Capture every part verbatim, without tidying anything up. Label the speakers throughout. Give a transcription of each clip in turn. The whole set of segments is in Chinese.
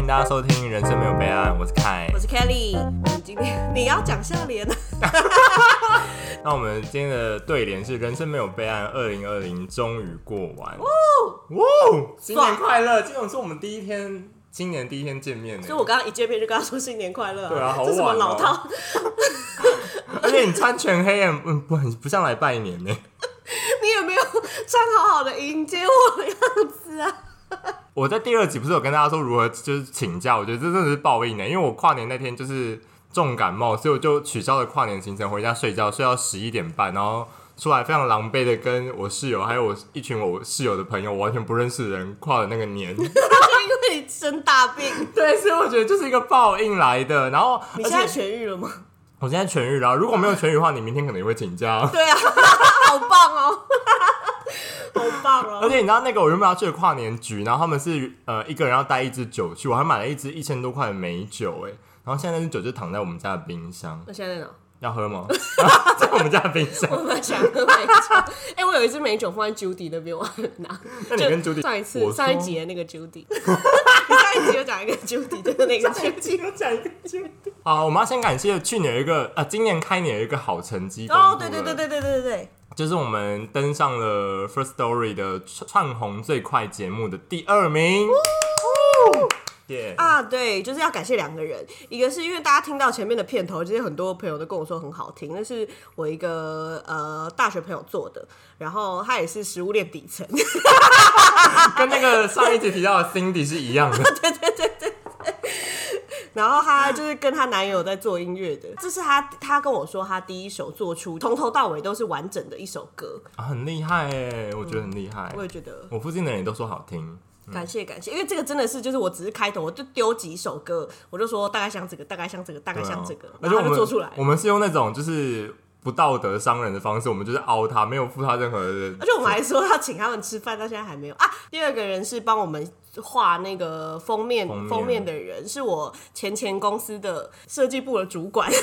Speaker 1: 大家收听《人生没有备案》，我是凯，
Speaker 2: 我是 Kelly。你今天你要讲下联啊？
Speaker 1: 那我们今天的对联是“人生没有备案，二零二零终于过完”。哇哇！新年快乐！今天是我们第一天，今年第一天见面，
Speaker 2: 所以我刚刚一见面就跟他说新年快乐、啊。
Speaker 1: 对啊，好晚、哦、
Speaker 2: 这什么老套？
Speaker 1: 而且你穿全黑，嗯，不很不像来拜年呢。
Speaker 2: 你有没有穿好好的迎接我的样子啊？
Speaker 1: 我在第二集不是有跟大家说如何就是请假，我觉得这真的是报应呢，因为我跨年那天就是重感冒，所以我就取消了跨年行程，回家睡觉，睡到十一点半，然后出来非常狼狈的跟我室友还有我一群我室友的朋友，我完全不认识的人跨了那个年。
Speaker 2: 就因为你生大病，
Speaker 1: 对，所以我觉得就是一个报应来的。然后
Speaker 2: 你现在痊愈了吗？
Speaker 1: 我现在痊愈了，如果没有痊愈的话，你明天可能也会请假。
Speaker 2: 对啊，好棒哦。好棒哦！
Speaker 1: 而且你知道那个我原本要去的跨年局，然后他们是呃一个人要带一支酒去，我还买了一支一千多块的美酒，哎，然后现在那支酒就躺在我们家的冰箱。
Speaker 2: 那现在在哪？
Speaker 1: 要喝吗？在我们家的冰箱。
Speaker 2: 我蛮想喝美酒。哎、欸，我有一支美酒放在 Judy 那边，我还拿。
Speaker 1: 那你跟 Judy
Speaker 2: 上一次上一集的那个 Judy， 你上一集有讲一个 Judy 的那个 Judy，
Speaker 1: 上一集有讲一个 Judy。好，我们要先感谢去年有一个呃，今年开年有一个好成绩。
Speaker 2: 哦，对对对对对对对。
Speaker 1: 就是我们登上了 First Story 的窜红最快节目的第二名。Yeah.
Speaker 2: 啊，对，就是要感谢两个人，一个是因为大家听到前面的片头，其实很多朋友都跟我说很好听，那是我一个呃大学朋友做的，然后他也是食物链底层，
Speaker 1: 跟那个上一集提到的 Cindy 是一样的。
Speaker 2: 对对对对对。然后她就是跟她男友在做音乐的，这是她她跟我说她第一首做出从头到尾都是完整的一首歌，
Speaker 1: 啊、很厉害哎，我觉得很厉害、嗯。
Speaker 2: 我也觉得，
Speaker 1: 我附近的人也都说好听。
Speaker 2: 感谢感谢，因为这个真的是就是我只是开头，我就丢几首歌，我就说大概像这个，大概像这个，大概像这个，然后他就做出来。
Speaker 1: 我们是用那种就是不道德伤人的方式，我们就是凹他，没有付他任何的。
Speaker 2: 而且我们还说要请他们吃饭，到现在还没有啊。第二个人是帮我们画那个封面封 面, 封面的人，是我前前公司的设计部的主管。你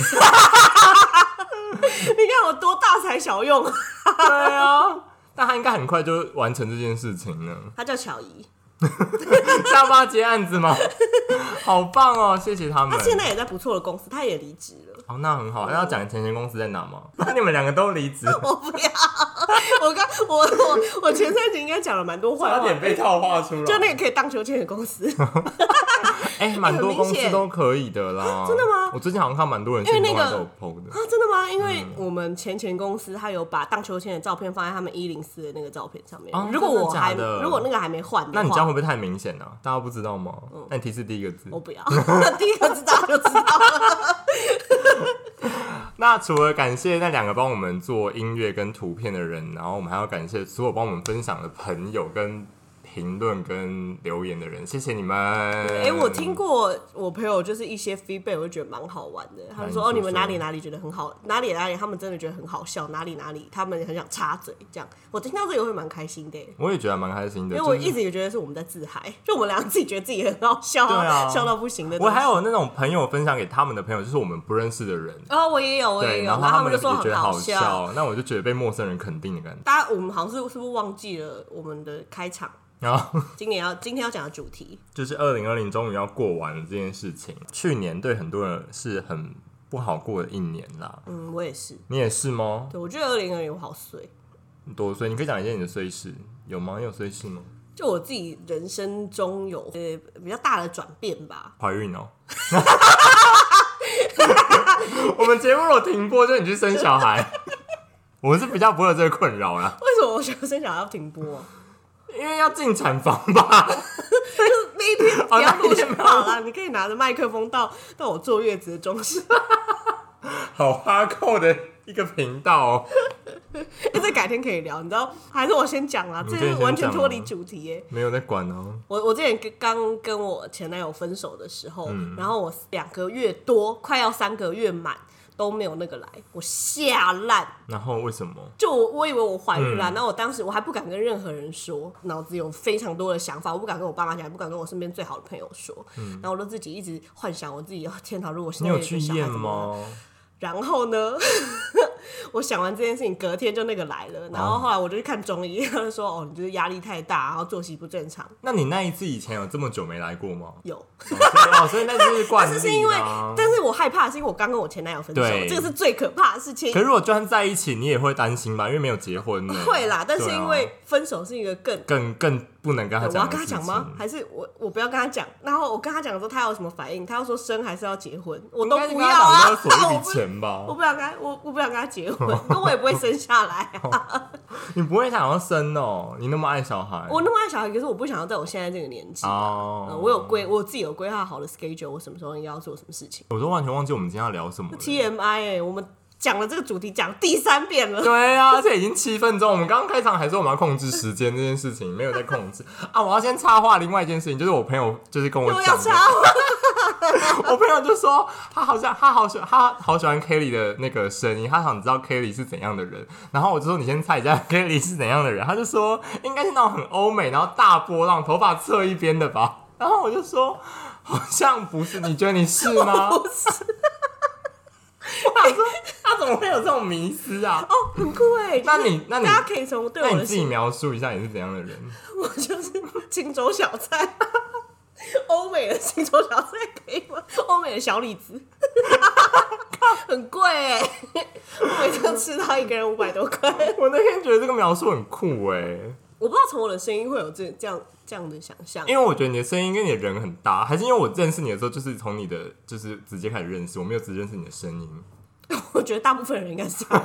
Speaker 2: 看我多大材小用。
Speaker 1: 对啊，但他应该很快就完成这件事情呢。
Speaker 2: 他叫巧怡。
Speaker 1: 是要帮他接案子吗？好棒哦，谢谢他们。
Speaker 2: 他现在也在不错的公司，他也离职了。
Speaker 1: 哦，那很好。那要讲前前公司在哪吗？那你们两个都离职？
Speaker 2: 我不要。我刚我我我前三集应该讲了蛮多坏话，
Speaker 1: 差点被套话出来。
Speaker 2: 就那个可以荡秋千的公司。
Speaker 1: 哎、欸，蛮多公司都可以的啦。
Speaker 2: 真的吗？
Speaker 1: 我最近好像看蛮多人现在都有 po 的、
Speaker 2: 啊，真的吗？因为我们前前公司他有把荡秋千的照片放在他们一零四的那个照片上面。哦、如果我还如果那个还没换的话，
Speaker 1: 那你这样会不会太明显啊？大家不知道吗？嗯、那你提示第一个字。
Speaker 2: 我不要，第一个知道就知道了。
Speaker 1: 那除了感謝那两个帮我们做音乐跟图片的人，然后我们还要感謝所有帮我们分享的朋友跟评论跟留言的人，谢谢你们。
Speaker 2: 哎、欸，我听过我朋友就是一些 feedback， 我就觉得蛮好玩的。他们说：“哦，你们哪里哪里觉得很好，哪里哪里他们真的觉得很好笑，哪里哪里他们很想插嘴。”这样，我听到这个会蛮开心的。
Speaker 1: 我也觉得蛮开心的，
Speaker 2: 因为我一直也觉得是我们在自嗨，就我们两个自己觉得自己很好笑，
Speaker 1: 对啊，
Speaker 2: 笑到不行的。
Speaker 1: 我还有那种朋友分享给他们的朋友，就是我们不认识的人。
Speaker 2: 哦，我也有，我也有，
Speaker 1: 然后他们
Speaker 2: 就说
Speaker 1: 也觉得好
Speaker 2: 笑，
Speaker 1: 笑，那我就觉得被陌生人肯定的感觉。
Speaker 2: 大家我们好像是是不是忘记了我们的开场？
Speaker 1: 然后
Speaker 2: 今年要今天要讲的主题
Speaker 1: 就是二零二零终于要过完了这件事情。去年对很多人是很不好过的一年啦。
Speaker 2: 嗯，我也是。
Speaker 1: 你也是吗？
Speaker 2: 对，我觉得二零二零我好衰。
Speaker 1: 多衰？你可以讲一件你的衰事，有吗？你有衰事吗？
Speaker 2: 就我自己人生中有呃比较大的转变吧。
Speaker 1: 怀孕哦。我们节目如果停播，就你去生小孩。我是比较不会有这个困扰啦。
Speaker 2: 为什么我想生小孩要停播、啊？
Speaker 1: 因为要进产房吧。
Speaker 2: 就是那一天不要录就好了，你可以拿着麦克风到到我坐月子的中心。
Speaker 1: 好哈扣的一个频道哦。
Speaker 2: 哎、欸，这改天可以聊，你知道？还是我先讲啦，这是完全脱离主题耶。
Speaker 1: 没有在管哦。
Speaker 2: 我我之前刚跟我前男友分手的时候，嗯、然后我两个月多，快要三个月满。都没有那个来，我吓烂。
Speaker 1: 然后为什么？
Speaker 2: 就 我, 我以为我怀孕了、嗯，然后我当时我还不敢跟任何人说，脑子有非常多的想法，我不敢跟我爸妈讲，也不敢跟我身边最好的朋友说。嗯、然后我都自己一直幻想我自己，哦天哪！如果现在有一个小孩怎么样？你有去验吗？然后呢， 我想完这件事情，隔天就那个来了，然后后来我就去看中医，他就说哦，你就是压力太大，然后作息不正常。
Speaker 1: 那你那一次以前有这么久没来过吗？
Speaker 2: 有，
Speaker 1: 哦，所以，哦，所以那是惯例啦。
Speaker 2: 但是是因为，但是我害怕是因为我刚跟我前男友分手，这个是最可怕的事情。
Speaker 1: 可是如果就算在一起，你也会担心吧？因为没有结婚呢。
Speaker 2: 会啦，但是因为分手是一个更
Speaker 1: 更更不能跟他讲。
Speaker 2: 我要跟他讲吗？还是我我不要跟他讲？然后我跟他讲的时候，他有什么反应？他要说生还是要结婚？我都不要啊！
Speaker 1: 索一笔钱吧。
Speaker 2: 我不想跟他，我我不想跟他结婚，那我也不会生下来啊。
Speaker 1: 你不会想要生哦？你那么爱小孩？
Speaker 2: 我那么爱小孩，可是我不想要在我现在这个年纪、啊。哦、呃，我有规，我自己有规划好的 schedule， 我什么时候应该要做什么事情。
Speaker 1: 我都完全忘记我们今天要聊什么了。
Speaker 2: T M I 哎、欸，我们讲了这个主题讲第三遍了。
Speaker 1: 对啊，而且已经七分钟。我们刚刚开场还说我们要控制时间这件事情，没有在控制啊。我要先插话，另外一件事情就是我朋友就是跟我讲，
Speaker 2: 要插话。
Speaker 1: 我朋友就说他好像他好喜他好喜欢 Kelly 的那个声音，他想知道 Kelly 是怎样的人。然后我就说你先猜一下 Kelly 是怎样的人，他就说应该是那种很欧美，然后大波浪，头发侧一边的吧。然后我就说好像不是，你觉得你是吗？
Speaker 2: 不是。
Speaker 1: 我想说他怎么会有这种迷思啊？
Speaker 2: 哦，很酷哎！
Speaker 1: 那你那你
Speaker 2: 大家可以从对我的
Speaker 1: 那你自己描述一下你是怎样的人？
Speaker 2: 我就是青州小菜。欧美的青州小菜可以吗？欧美的小李子很贵哎、欸，我每次吃到一个人五百多块。
Speaker 1: 我那天觉得这个描述很酷哎、欸，
Speaker 2: 我不知道从我的声音会有这这样这样的想象，
Speaker 1: 因为我觉得你的声音跟你的人很搭，还是因为我认识你的时候就是从你的就是直接开始认识，我没有只认识你的声音。
Speaker 2: 我觉得大部分人应该是这样，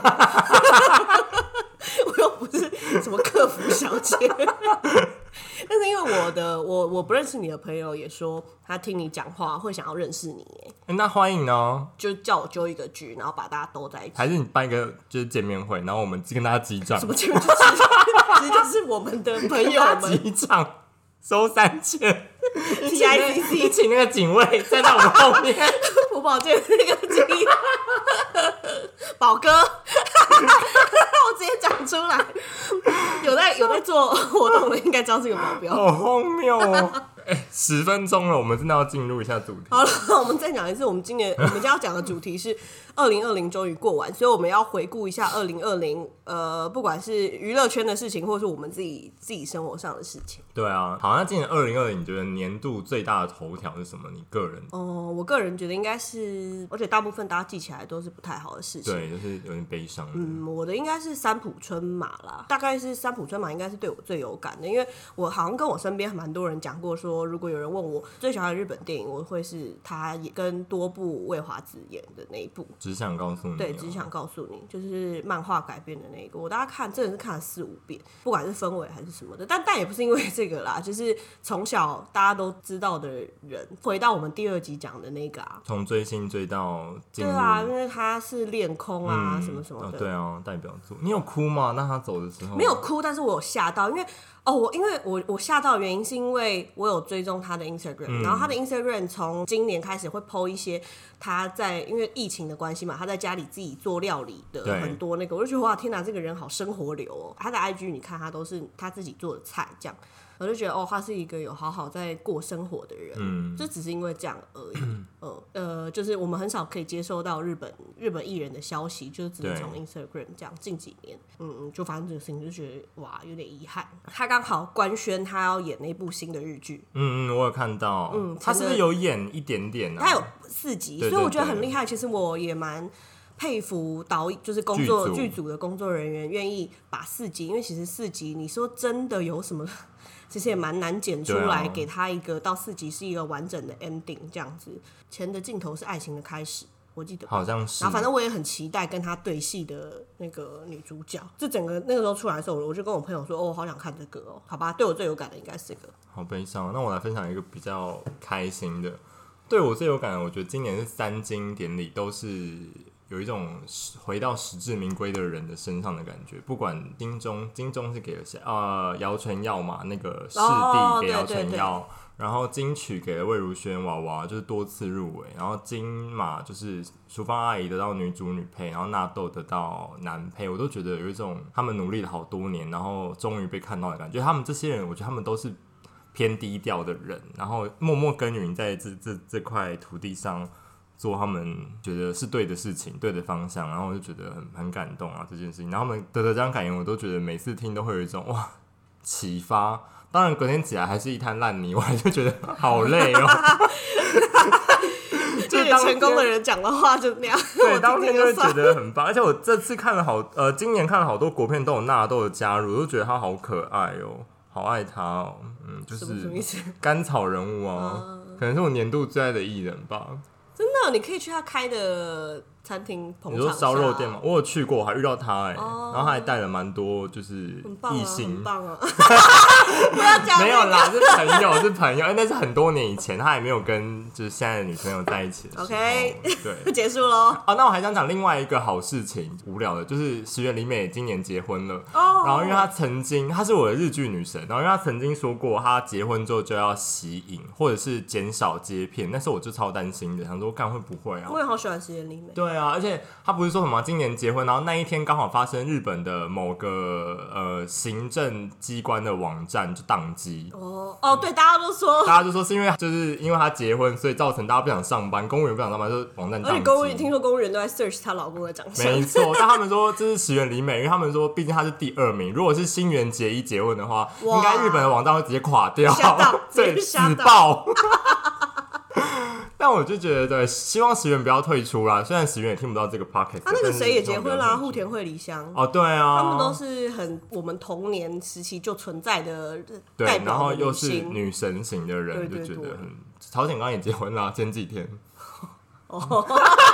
Speaker 2: 我又不是什么客服小姐。但是因为我的我我不认识你的朋友也说他听你讲话会想要认识你耶、
Speaker 1: 欸、那欢迎呢，
Speaker 2: 就叫我揪一个局，然后把大家都在一起，
Speaker 1: 还是你办一个就是见面会，然后我们跟大家击掌？
Speaker 2: 什么见面会？其实就是我们的朋友们
Speaker 1: 击掌收三千
Speaker 2: T I C C，
Speaker 1: 请那个警卫站在我们后面，
Speaker 2: 朴宝剑那个警宝哥，我直接讲出来，有在有在做活动的应该知道这个保镖，
Speaker 1: 好荒谬哦！哎、欸，十分钟了，我们真的要进入一下主题。
Speaker 2: 好了，我们再讲一次，我们今年我们今天要讲的主题是二零二零终于过完，所以我们要回顾一下二零二零，呃，不管是娱乐圈的事情，或是我们自己自己生活上的事情。
Speaker 1: 对啊，好，那今年二零二零，你觉得年度最大的头条是什么？你个人？
Speaker 2: 哦、呃，我个人觉得应该是，而且大部分大家记起来都是不太好的事情。
Speaker 1: 对，就是有点悲伤。
Speaker 2: 嗯，我的应该是三浦春马啦，大概是三浦春马应该是对我最有感的，因为我好像跟我身边蛮多人讲过说，如果有人问我最喜欢的日本电影，我会是他也跟多部未华子演的那一部。
Speaker 1: 只想告诉你、喔，
Speaker 2: 对，只想告诉你，就是漫画改编的那一个，我大概看真的是看了四五遍，不管是氛围还是什么的，但但也不是因为这个啦，就是从小大家都知道的人，回到我们第二集讲的那个啊，
Speaker 1: 从追星追到进入，
Speaker 2: 对啊，因为他是恋空啊、嗯，什么什么的、
Speaker 1: 哦，对啊，代表作，你有哭吗？那他走的时候
Speaker 2: 没有哭，但是我有吓到，因为哦，我因为我我吓到的原因是因为我有追踪他的 Instagram，、嗯、然后他的 Instagram 从今年开始会 po 一些他在因为疫情的关系嘛，他在家里自己做料理的很多那个，我就觉得哇天哪，这个人好生活流哦。他的 I G 你看他都是他自己做的菜这样。我就觉得哦，他是一个有好好在过生活的人，嗯，就只是因为这样而已，嗯呃，就是我们很少可以接受到日本日本艺人的消息，就是只能从 Instagram 这样。近几年，嗯，就发生这个事情，就觉得哇，有点遗憾。他刚好官宣他要演那部新的日剧，
Speaker 1: 嗯嗯，我有看到，嗯，他是不是有演一点点啊？
Speaker 2: 他有四集，对对对，所以我觉得很厉害。其实我也蛮佩服导演，就是工作剧组的工作人员愿意把四集，因为其实四集你说真的有什么？其实也蛮难剪出来，给他一个到四集是一个完整的 ending 这样子。前的镜头是爱情的开始，我记得
Speaker 1: 好像是。
Speaker 2: 然后反正我也很期待跟他对戏的那个女主角。这整个那个时候出来的时候，我就跟我朋友说：“哦，我好想看这个哦。”好吧，对我最有感的应该是这个。
Speaker 1: 好悲伤，那我来分享一个比较开心的。对我最有感的，我觉得今年是三金典礼都是。有一种回到实至名归的人的身上的感觉，不管金钟，金钟是给了谁？呃，姚淳耀嘛，那个视帝给姚淳耀、哦，然后金曲给了魏如萱、娃娃，就是多次入围，然后金马就是淑芳阿姨得到女主女配，然后纳豆得到男配，我都觉得有一种他们努力了好多年，然后终于被看到的感觉。他们这些人，我觉得他们都是偏低调的人，然后默默耕耘在这这这块土地上。 做他们觉得是对的事情、对的方向，然后我就觉得很很感动啊这件事情。然后他们得得这样感言，我都觉得每次听都会有一种哇启发。当然隔天起来还是一滩烂泥，我还是觉得好累哦。
Speaker 2: 就是成功的人讲的话就那样，
Speaker 1: 对，当天就会觉得很棒。而且我这次看了好，呃，今年看了好多国片都有纳豆的加入，我都觉得他好可爱哦，好爱他哦，嗯，就是甘草人物啊，嗯、可能是我年度最爱的艺人吧。
Speaker 2: 真的，你可以去他开的餐厅捧场。
Speaker 1: 你说烧肉店吗？我有去过，我还遇到他哎、欸哦，然后他还带了蛮多就是异性，
Speaker 2: 很棒啊！很棒啊不要讲、那個、
Speaker 1: 没有啦，是朋友，是朋友，那是很多年以前，他还没有跟就是现在的女朋友在一起的时候。
Speaker 2: OK，
Speaker 1: 对，
Speaker 2: 结束喽。
Speaker 1: 啊，那我还想讲另外一个好事情，无聊的，就是石原里美今年结婚了。哦。然后因为她曾经，她是我的日剧女神，然后因为她曾经说过，她结婚之后就要息影或者是减少接片，那时候我就超担心的，想说干会不会啊？
Speaker 2: 我也好喜欢石原里美。
Speaker 1: 对啊，而且她不是说什么今年结婚，然后那一天刚好发生日本的某个呃行政机关的网站就宕机。
Speaker 2: 哦哦，对，大家都说，
Speaker 1: 大家就说是因为就是因为她结婚，所以造成大家不想上班，公务员不想上班，就是网站宕机。
Speaker 2: 而且公务员听说公务员都在 search 她老公的长相。
Speaker 1: 没错，但他们说这是石原里美，因为他们说毕竟她是第二名，如果是新垣结衣结婚的话，应该日本的网站会直接垮掉，对，死爆。但我就觉得，对，希望石原不要退出啦。虽然石原也听不到这个 podcast，
Speaker 2: 他、啊、那个谁也结婚啦，户田惠梨香。
Speaker 1: 哦，对啊，
Speaker 2: 他们都是很我们童年时期就存在的代表的女性，
Speaker 1: 对，然后又是女神型的人，
Speaker 2: 对对对，
Speaker 1: 就觉得很。曹景刚也结婚啦，前几天。
Speaker 2: 哦。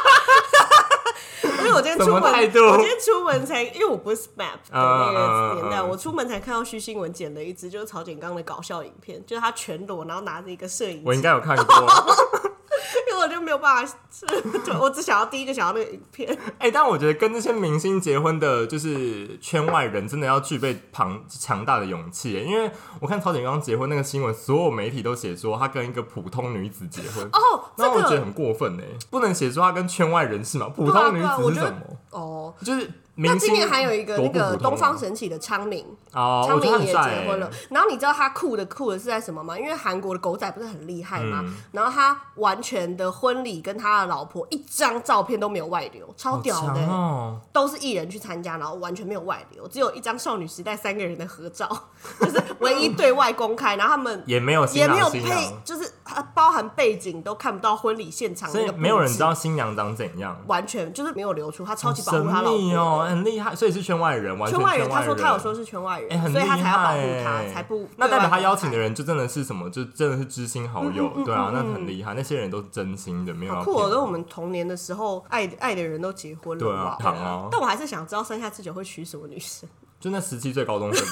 Speaker 2: 因为我今天出门，我今天出门才，因为我不是 S M A P 的那个年代，呃呃呃、我出门才看到虚新闻剪了一支就是曹景刚的搞笑影片，就是他全裸，然后拿着一个摄影机。
Speaker 1: 我应该有看过。
Speaker 2: 因为我就没有办法，我只想要第一个想要那个影片。
Speaker 1: 哎、欸，但我觉得跟这些明星结婚的，就是圈外人，真的要具备庞强大的勇气。因为我看曹景刚结婚那个新闻，所有媒体都写说他跟一个普通女子结婚。
Speaker 2: 哦，
Speaker 1: 那我觉得很过分哎，不能写说他跟圈外人士嘛？普通女子是什么？
Speaker 2: 哦，
Speaker 1: 就是。
Speaker 2: 那今年还有一个那个东方神起的昌珉，
Speaker 1: 哦，
Speaker 2: 昌珉也结婚了。然后你知道他酷的酷的是在什么吗？因为韩国的狗仔不是很厉害吗？嗯、然后他完全的婚礼跟他的老婆一张照片都没有外流，超屌的、欸
Speaker 1: 哦，
Speaker 2: 都是艺人去参加，然后完全没有外流，只有一张少女时代三个人的合照，就是唯一对外公开。然后他们
Speaker 1: 也没有新郎
Speaker 2: 也没有配，就是包含背景都看不到婚礼现场那个，
Speaker 1: 所以没有人知道新娘长怎样，
Speaker 2: 完全就是没有流出。他超级保护他老婆、
Speaker 1: 哦，很厉害，所以是圈外人，完全
Speaker 2: 圈外人。
Speaker 1: 他
Speaker 2: 说他有说是圈外人，
Speaker 1: 欸、很
Speaker 2: 所以他才要保护他，才不。
Speaker 1: 那代表他邀请的人就真的是什么，就真的是知心好友，嗯嗯嗯、对啊，那很厉害。那些人都是真心的，没有。
Speaker 2: 好酷哦！都我们童年的时候爱爱的人都结婚了，
Speaker 1: 对啊，好啊。
Speaker 2: 但我还是想知道山下智久会娶什么女生？
Speaker 1: 就那十七岁高中生。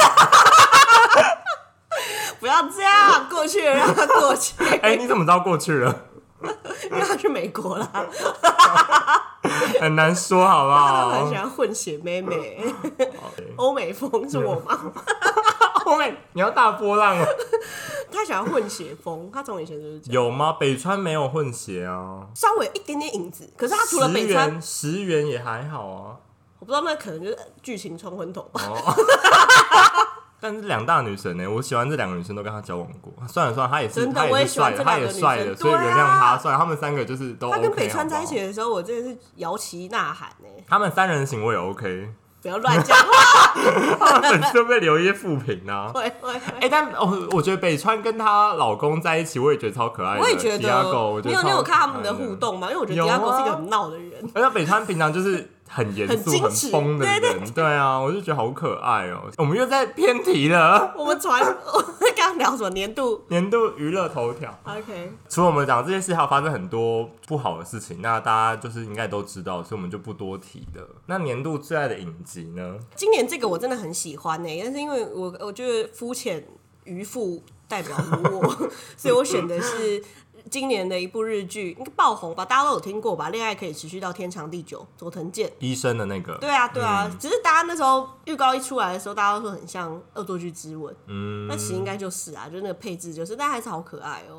Speaker 2: 不要这样，过去了让他过去。
Speaker 1: 哎、欸，你怎么知道过去了？
Speaker 2: 因为他去美国了。
Speaker 1: 很难说，好不好？
Speaker 2: 他很喜欢混血妹妹，欧美风是我吗？
Speaker 1: 欧美，你要大波浪哦。
Speaker 2: 他喜欢混血风，他从以前就是这样。
Speaker 1: 有吗？北川没有混血啊，
Speaker 2: 稍微有一点点影子。可是他除了北川，
Speaker 1: 石原也还好啊。
Speaker 2: 我不知道，那可能就是剧情冲昏头吧。哦
Speaker 1: 但是两大女神呢、欸，我喜欢这两个女生都跟他交往过。算了算了，他也是，他
Speaker 2: 也
Speaker 1: 是帅的，他也帅的，所以原谅他。算了，他们三个就是都、OK。
Speaker 2: 他跟北川在一起的时候，我真的是摇旗呐喊呢、欸。
Speaker 1: 他们三人行我也 OK。
Speaker 2: 不要乱讲话，
Speaker 1: 粉丝会不会留一些负评啊？
Speaker 2: 会会。
Speaker 1: 哎、欸，但哦，我觉得北川跟她老公在一起，我也觉得超可爱的。
Speaker 2: 我也觉得。
Speaker 1: Diago， 我觉得
Speaker 2: 你有你有看他们的互动吗？因为我觉得 Diago 是一个很闹的人。
Speaker 1: 而且北川平常就是很严肃、很疯的人，对, 对, 对, 对啊，我就觉得好可爱哦。我们又在偏题了。
Speaker 2: 我们传，我们刚刚聊什么年度
Speaker 1: 年度娱乐头条
Speaker 2: ？OK。
Speaker 1: 除了我们讲这些事，还有发生很多不好的事情，那大家就是应该都知道，所以我们就不多提的。那年度最爱的影集呢？
Speaker 2: 今年这个我真的很喜欢呢、欸，但是因为我我觉得肤浅渔夫代表如我，所以我选的是。今年的一部日剧应该爆红吧，大家都有听过吧？恋爱可以持续到天长地久，佐藤健
Speaker 1: 医生的那个。
Speaker 2: 对啊，对啊，嗯、只是大家那时候预告一出来的时候，大家都说很像《恶作剧之吻》，嗯，那其实应该就是啊，就那个配置就是，但还是好可爱哦。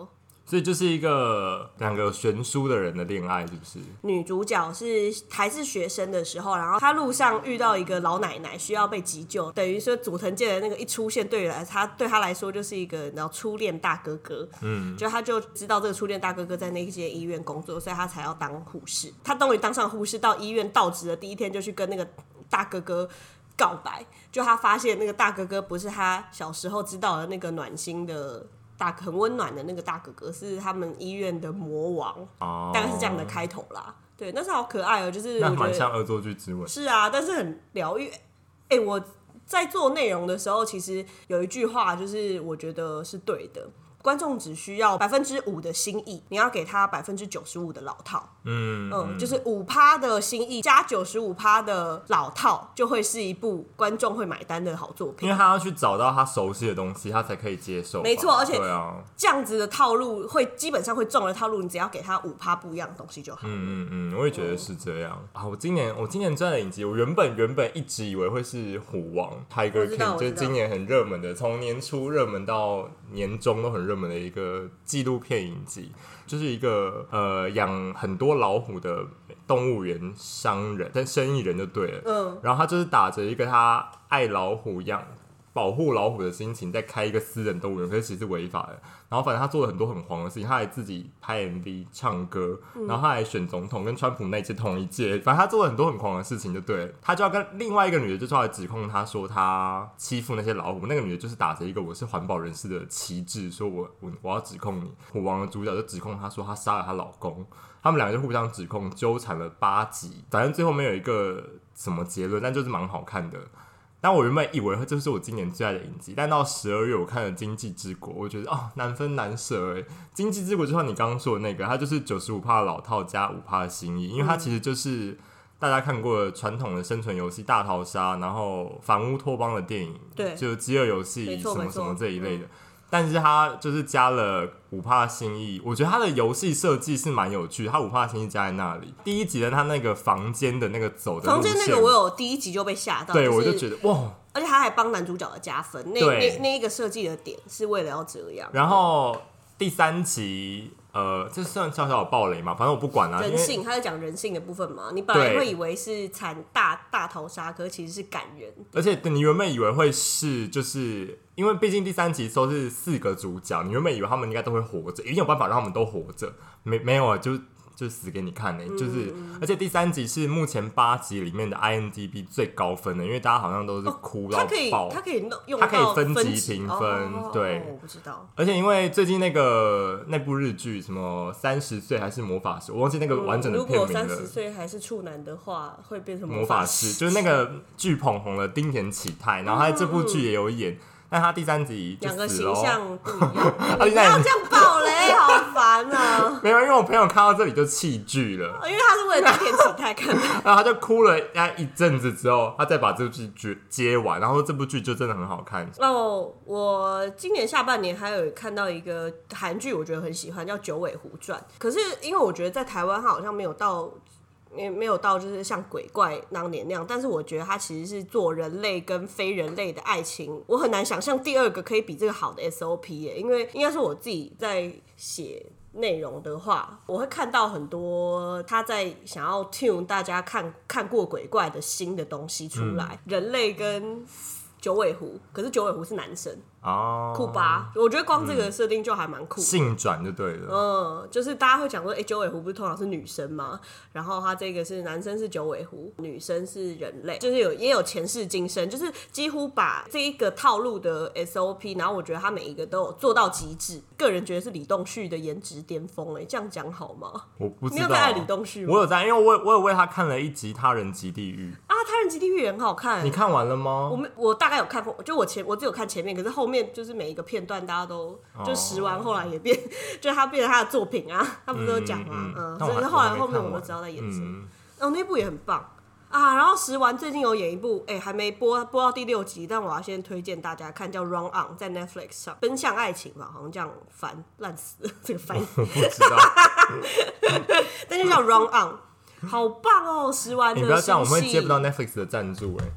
Speaker 1: 所以就是一个两个悬殊的人的恋爱，是不是？
Speaker 2: 女主角是还是学生的时候，然后她路上遇到一个老奶奶需要被急救，等于说佐藤健的那个一出现，对来他对他来说就是一个然后初恋大哥哥，嗯，就他就知道这个初恋大哥哥在那间医院工作，所以他才要当护士。他终于当上护士，到医院到职的第一天就去跟那个大哥哥告白，就他发现那个大哥哥不是他小时候知道的那个暖心的大很温暖的那个大哥哥，是他们医院的魔王，哦、大概是这样的开头啦。对，但是好可爱哦、喔，就是
Speaker 1: 那蛮像恶作剧之吻。
Speaker 2: 是啊，但是很疗愈。哎、欸，我在做内容的时候，其实有一句话，就是我觉得是对的。观众只需要百分之五的心意，你要给他百分之九十五的老套。嗯嗯，就是五趴的心意加九十五趴的老套，就会是一部观众会买单的好作品。
Speaker 1: 因为他要去找到他熟悉的东西，他才可以接受。
Speaker 2: 没错，而且
Speaker 1: 对啊，
Speaker 2: 这样子的套路会基本上会中的套路，你只要给他五趴不一样的东西就好。
Speaker 1: 嗯嗯嗯，我也觉得是这样、嗯、啊。我今年我今年追的影集，我原本原本一直以为会是虎王 Tiger King， 就是今年很热门的，从年初热门到年中都很热门的一个纪录片影集，就是一个呃养很多老虎的动物园商人，但生意人就对了。嗯，然后他就是打着一个他爱老虎养保护老虎的心情，在开一个私人动物园，可是其实是违法的。然后反正他做了很多很黄的事情，他还自己拍 M V 唱歌，然后他还选总统，跟川普那一届同一届。反正他做了很多很狂的事情，就对了。他就要跟另外一个女的就出来指控他说他欺负那些老虎。那个女的就是打着一个我是环保人士的旗帜，说我我我要指控你。虎王的主角就指控他说他杀了她老公，他们两个就互相指控，纠缠了八集。反正最后没有一个什么结论，但就是蛮好看的。但我原本以为这是我今年最爱的影集，但到十二月我看了《经济之国》，我觉得哦难分难舍哎。《经济之国》就像你刚刚说的那个，它就是九十五趴的老套加五趴的新意，因为它其实就是大家看过的传统的生存游戏大逃杀，然后反乌托邦的电影，
Speaker 2: 对，
Speaker 1: 就饥饿游戏什么什么这一类的。嗯，但是它就是加了五趴的新意，我觉得它的游戏设计是蛮有趣的。它五趴的新意加在那里，第一集的它那个房间的那个走的路线，
Speaker 2: 房间那个我有第一集就被吓到，
Speaker 1: 对、
Speaker 2: 就是、
Speaker 1: 我就觉得哇，
Speaker 2: 而且他还帮男主角的加分，那那那一个设计的点是为了要这样。
Speaker 1: 然后第三集，呃，这算小小的暴雷嘛？反正我不管啦、啊。
Speaker 2: 人性，他在讲人性的部分嘛。你本来会以为是惨大大逃杀，可是其实是感人。
Speaker 1: 而且你原本以为会是，就是因为毕竟第三集都是四个主角，你原本以为他们应该都会活着，一定有办法让他们都活着。没没有啊，就。就死给你看呢、欸，就是，而且第三集是目前八集里面的 I M D B 最高分的，因为大家好像都是哭到爆。
Speaker 2: 它可以，用
Speaker 1: 它可以分级评分，
Speaker 2: 哦、
Speaker 1: 对、
Speaker 2: 哦，我不知道。
Speaker 1: 而且因为最近那个那部日剧什么三十岁还是魔法师，我忘记那个完整的片名了。
Speaker 2: 如果三十岁还是处男的话，会变成
Speaker 1: 魔法师，就是那个剧捧红了丁田启泰，然后他这部剧也有演。嗯，但他第三集就死了，
Speaker 2: 两个形象不一样，你不要这样爆雷，好烦啊！
Speaker 1: 没有，因为我朋友看到这里就弃剧了，
Speaker 2: 因为他是为了丁田启泰看的，
Speaker 1: 然后他就哭了一阵子之后，他再把这部剧接完，然后这部剧就真的很好看。
Speaker 2: 哦，我今年下半年还有看到一个韩剧，我觉得很喜欢，叫《九尾狐传》。可是因为我觉得在台湾，它好像没有到。没有到就是像鬼怪当年那样，但是我觉得它其实是做人类跟非人类的爱情，我很难想象第二个可以比这个好的 S O P 耶，因为应该是我自己在写内容的话，我会看到很多他在想要 tune 大家看看过鬼怪的新的东西出来，嗯、人类跟九尾狐，可是九尾狐是男生哦，酷吧？我觉得光这个设定就还蛮酷的，
Speaker 1: 性转就对了。
Speaker 2: 嗯，就是大家会讲说，哎、欸，九尾狐不是通常是女生吗？然后他这个是男生是九尾狐，女生是人类，就是有也有前世今生，就是几乎把这一个套路的 S O P， 然后我觉得他每一个都有做到极致。个人觉得是李栋旭的颜值巅峰，哎，这样讲好吗？
Speaker 1: 我不知道，
Speaker 2: 你有在爱李栋旭吗？
Speaker 1: 我有在，因为我我有为他看了一集《他人及地狱》
Speaker 2: 啊，《他人及地狱》也很好看。
Speaker 1: 你看完了吗？
Speaker 2: 我我大概有看，就我前我只有看前面，可是后面就是每一个片段大家都就食完，后来也变，就他变成他的作品啊，他不是有讲吗？嗯，所以后来后面我都知道在演什么。哦，那部也很棒啊。然后食完最近有演一部，哎、欸，还没播播到第六集，但我要先推荐大家看，叫《Run On》，在 Netflix 上，奔向爱情吧，好像这样翻，烂死了这个翻译，
Speaker 1: 我不知道。
Speaker 2: 但就叫《Run On》，好棒哦！食完的
Speaker 1: 你不要这样，我们会接不到 Netflix 的赞助哎、欸。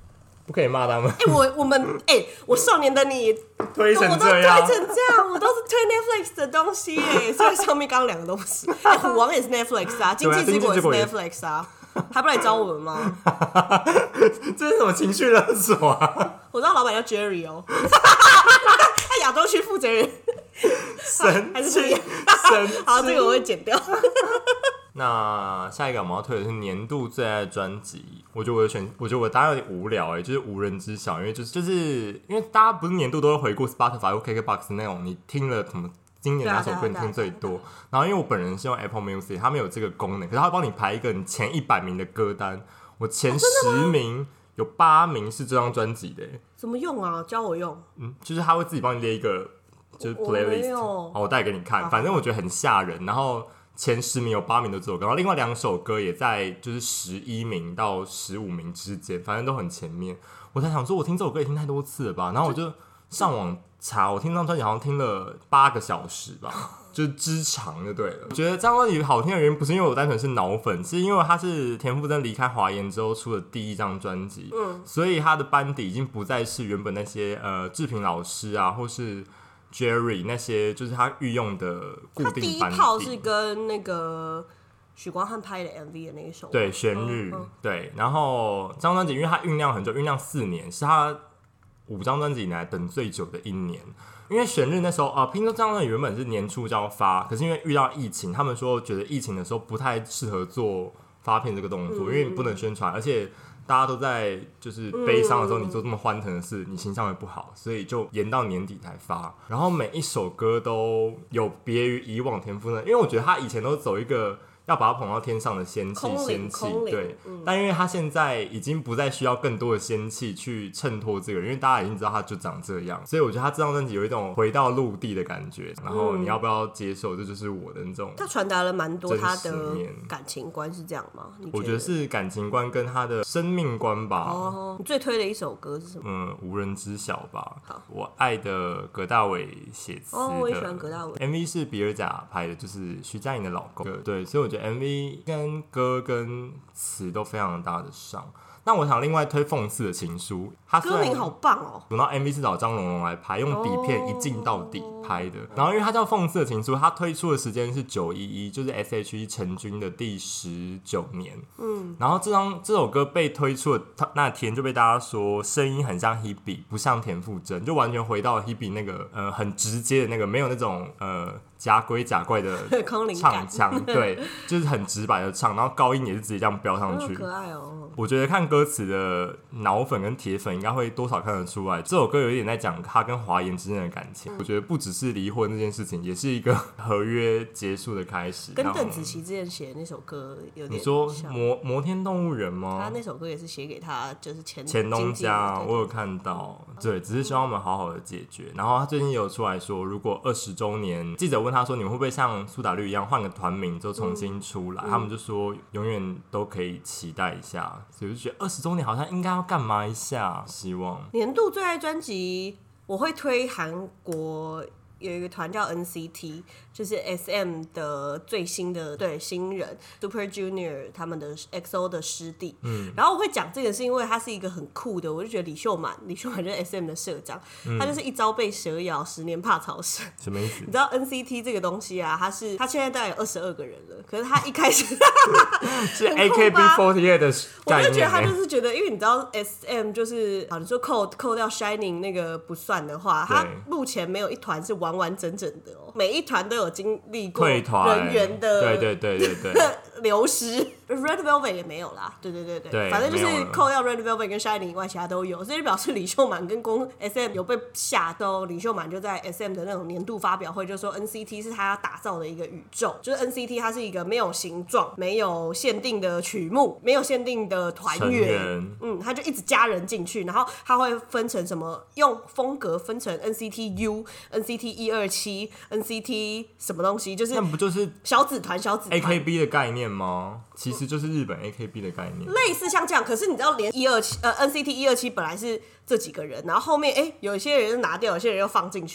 Speaker 1: 不可以骂他们。
Speaker 2: 哎、欸，我我们哎、欸，我少年的你
Speaker 1: 推成这样，
Speaker 2: 我都推成这样，我都是推 Netflix 的东西耶。虽然上面刚刚两个都不是，哎、欸，虎王也是 Netflix 啊，经济之国也是 Netflix 啊，还不来找我们吗？
Speaker 1: 这是什么情绪勒索啊？
Speaker 2: 我知道老板叫 Jerry 哦，他亚洲区负责人，
Speaker 1: 神
Speaker 2: 还是这样？
Speaker 1: 神
Speaker 2: 好，这个我会剪掉。
Speaker 1: 那下一个我们要推的是年度最爱的专辑，我觉得我的选，我觉得我答案有点无聊哎、欸，就是无人知晓，因为就是就是因为大家不是年度都会回顾 Spotify 或 K K B O X 那种，你听了什么今年哪首歌你听最多，然后因为我本人是用 Apple Music， 它没有这个功能，可是它会帮你排一个你前一百名的歌单，我前十名有八名是这张专辑的、欸，
Speaker 2: 怎么用啊？教我用。
Speaker 1: 嗯，就是它会自己帮你列一个就是 playlist， 好，我带给你看，反正我觉得很吓人，然后。前十名有八名都这首歌，然后另外两首歌也在就是十一名到十五名之间，反正都很前面。我才想说，我听这首歌也听太多次了吧？然后我就上网查，我听这张专辑好像听了八个小时吧，就是之长就对了。我觉得这张专辑好听的原因不是因为我单纯是脑粉，是因为它是田馥甄离开华研之后出的第一张专辑，嗯，所以他的班底已经不再是原本那些呃志平老师啊，或是。Jerry 那些就是他御用的固定班底，他第一
Speaker 2: 炮是跟那个许光汉拍的 M V 的那一首，
Speaker 1: 对，旋律、嗯嗯，对。然后这张专辑因为它酝酿很久，酝酿四年，是他五张专辑以来等最久的一年。因为旋律那时候啊，听说这张专辑原本是年初就要发，可是因为遇到疫情，他们说觉得疫情的时候不太适合做发片这个动作，嗯、因为你不能宣传，而且。大家都在就是悲伤的时候，你做这么欢腾的事，你形象会不好，所以就延到年底才发。然后每一首歌都有别于以往田馥甄，因为我觉得他以前都走一个要把它捧到天上的仙气，仙气对、嗯。但因为他现在已经不再需要更多的仙气去衬托这个人，因为大家已经知道他就长这样，所以我觉得他这张专辑有一種回到陆地的感觉。然后你要不要接受？这就是我的那种。
Speaker 2: 他传达了蛮多他的感情观，是这样吗？
Speaker 1: 觉我觉得是感情观跟他的生命观吧。
Speaker 2: 哦，你最推的一首歌是什么？
Speaker 1: 嗯，无人知晓吧。好，我爱的葛大为写词的。
Speaker 2: 哦，我也喜欢葛大为。
Speaker 1: M V 是比尔贾拍的，就是徐佳莹的老公。对，所以我觉得 M V 跟歌跟词都非常的搭得上。那我想另外推讽刺的情书，他
Speaker 2: 歌名好棒哦。
Speaker 1: 然后 M V 是找张荣荣来拍，用底片一镜到底拍的。然后因为他叫讽刺的情书，他推出的时间是九一一，就是 S H E 成军的第十九年。嗯，然后这张这首歌被推出的那天就被大家说声音很像 Hebe， 不像田馥甄，就完全回到 Hebe 那个呃很直接的那个，没有那种呃。假鬼假怪的唱腔，对，就是很直白的唱，然后高音也是直接这样飙上去，
Speaker 2: 好可爱哦。
Speaker 1: 我觉得看歌词的脑粉跟铁粉应该会多少看得出来，这首歌有一点在讲他跟华研之间的感情。嗯、我觉得不只是离婚这件事情，也是一个合约结束的开始。
Speaker 2: 跟邓紫棋之前写的那首歌有点像。
Speaker 1: 你说摩摩天动物园吗？
Speaker 2: 他那首歌也是写给他，就是前
Speaker 1: 前东家，我有看到。对，只是希望我们好好的解决。然后他最近有出来说，如果二十周年，记者问他说，你们会不会像苏打绿一样换个团名之后重新出来？嗯、他们就说永远都可以期待一下。所以我就觉得二十周年好像应该要干嘛一下，希望
Speaker 2: 年度最爱专辑我会推韩国有一个团叫 N C T， 就是 S M 的最新的对新人 Super Junior 他们的 X O 的师弟。嗯，然后我会讲这个是因为他是一个很酷的，我就觉得李秀满，李秀满就是 S M 的社长，嗯、他就是一朝被蛇咬，十年怕草绳。
Speaker 1: 什么意思？
Speaker 2: 你知道 N C T 这个东西啊，他是他现在大概有二十二个人了，可是他一开始
Speaker 1: 是 A K B 四十八 的概念，
Speaker 2: 我就觉得他就是觉得，因为你知道 S M 就是好，你说扣扣掉 Shining 那个不算的话，他目前没有一团是完完整整的哦，每一团都有经历过人员的
Speaker 1: 对对对对对
Speaker 2: 流失。Red Velvet 也没有啦，对对对 对, 对，反正就是扣掉 Red Velvet 跟 Shining 以外，其他都有，所以就表示李秀满跟公 S M 有被吓到。李秀满就在 S M 的那种年度发表会就说 N C T 是他要打造的一个宇宙，就是 N C T 它是一个没有形状、没有限定的曲目、没有限定的团员，嗯，他就一直加人进去，然后他会分成什么，用风格分成 N C T U、N C T 一二七、N C T 什么东西，就是
Speaker 1: 那不就是
Speaker 2: 小子团、小子团
Speaker 1: A K B 的概念吗？其实就是日本 A K B 的概念，
Speaker 2: 类似像这样。可是你知道，连一二七呃 N C T 一二七本来是这几个人，然后后面哎有一些人就拿掉，有些人又放进去，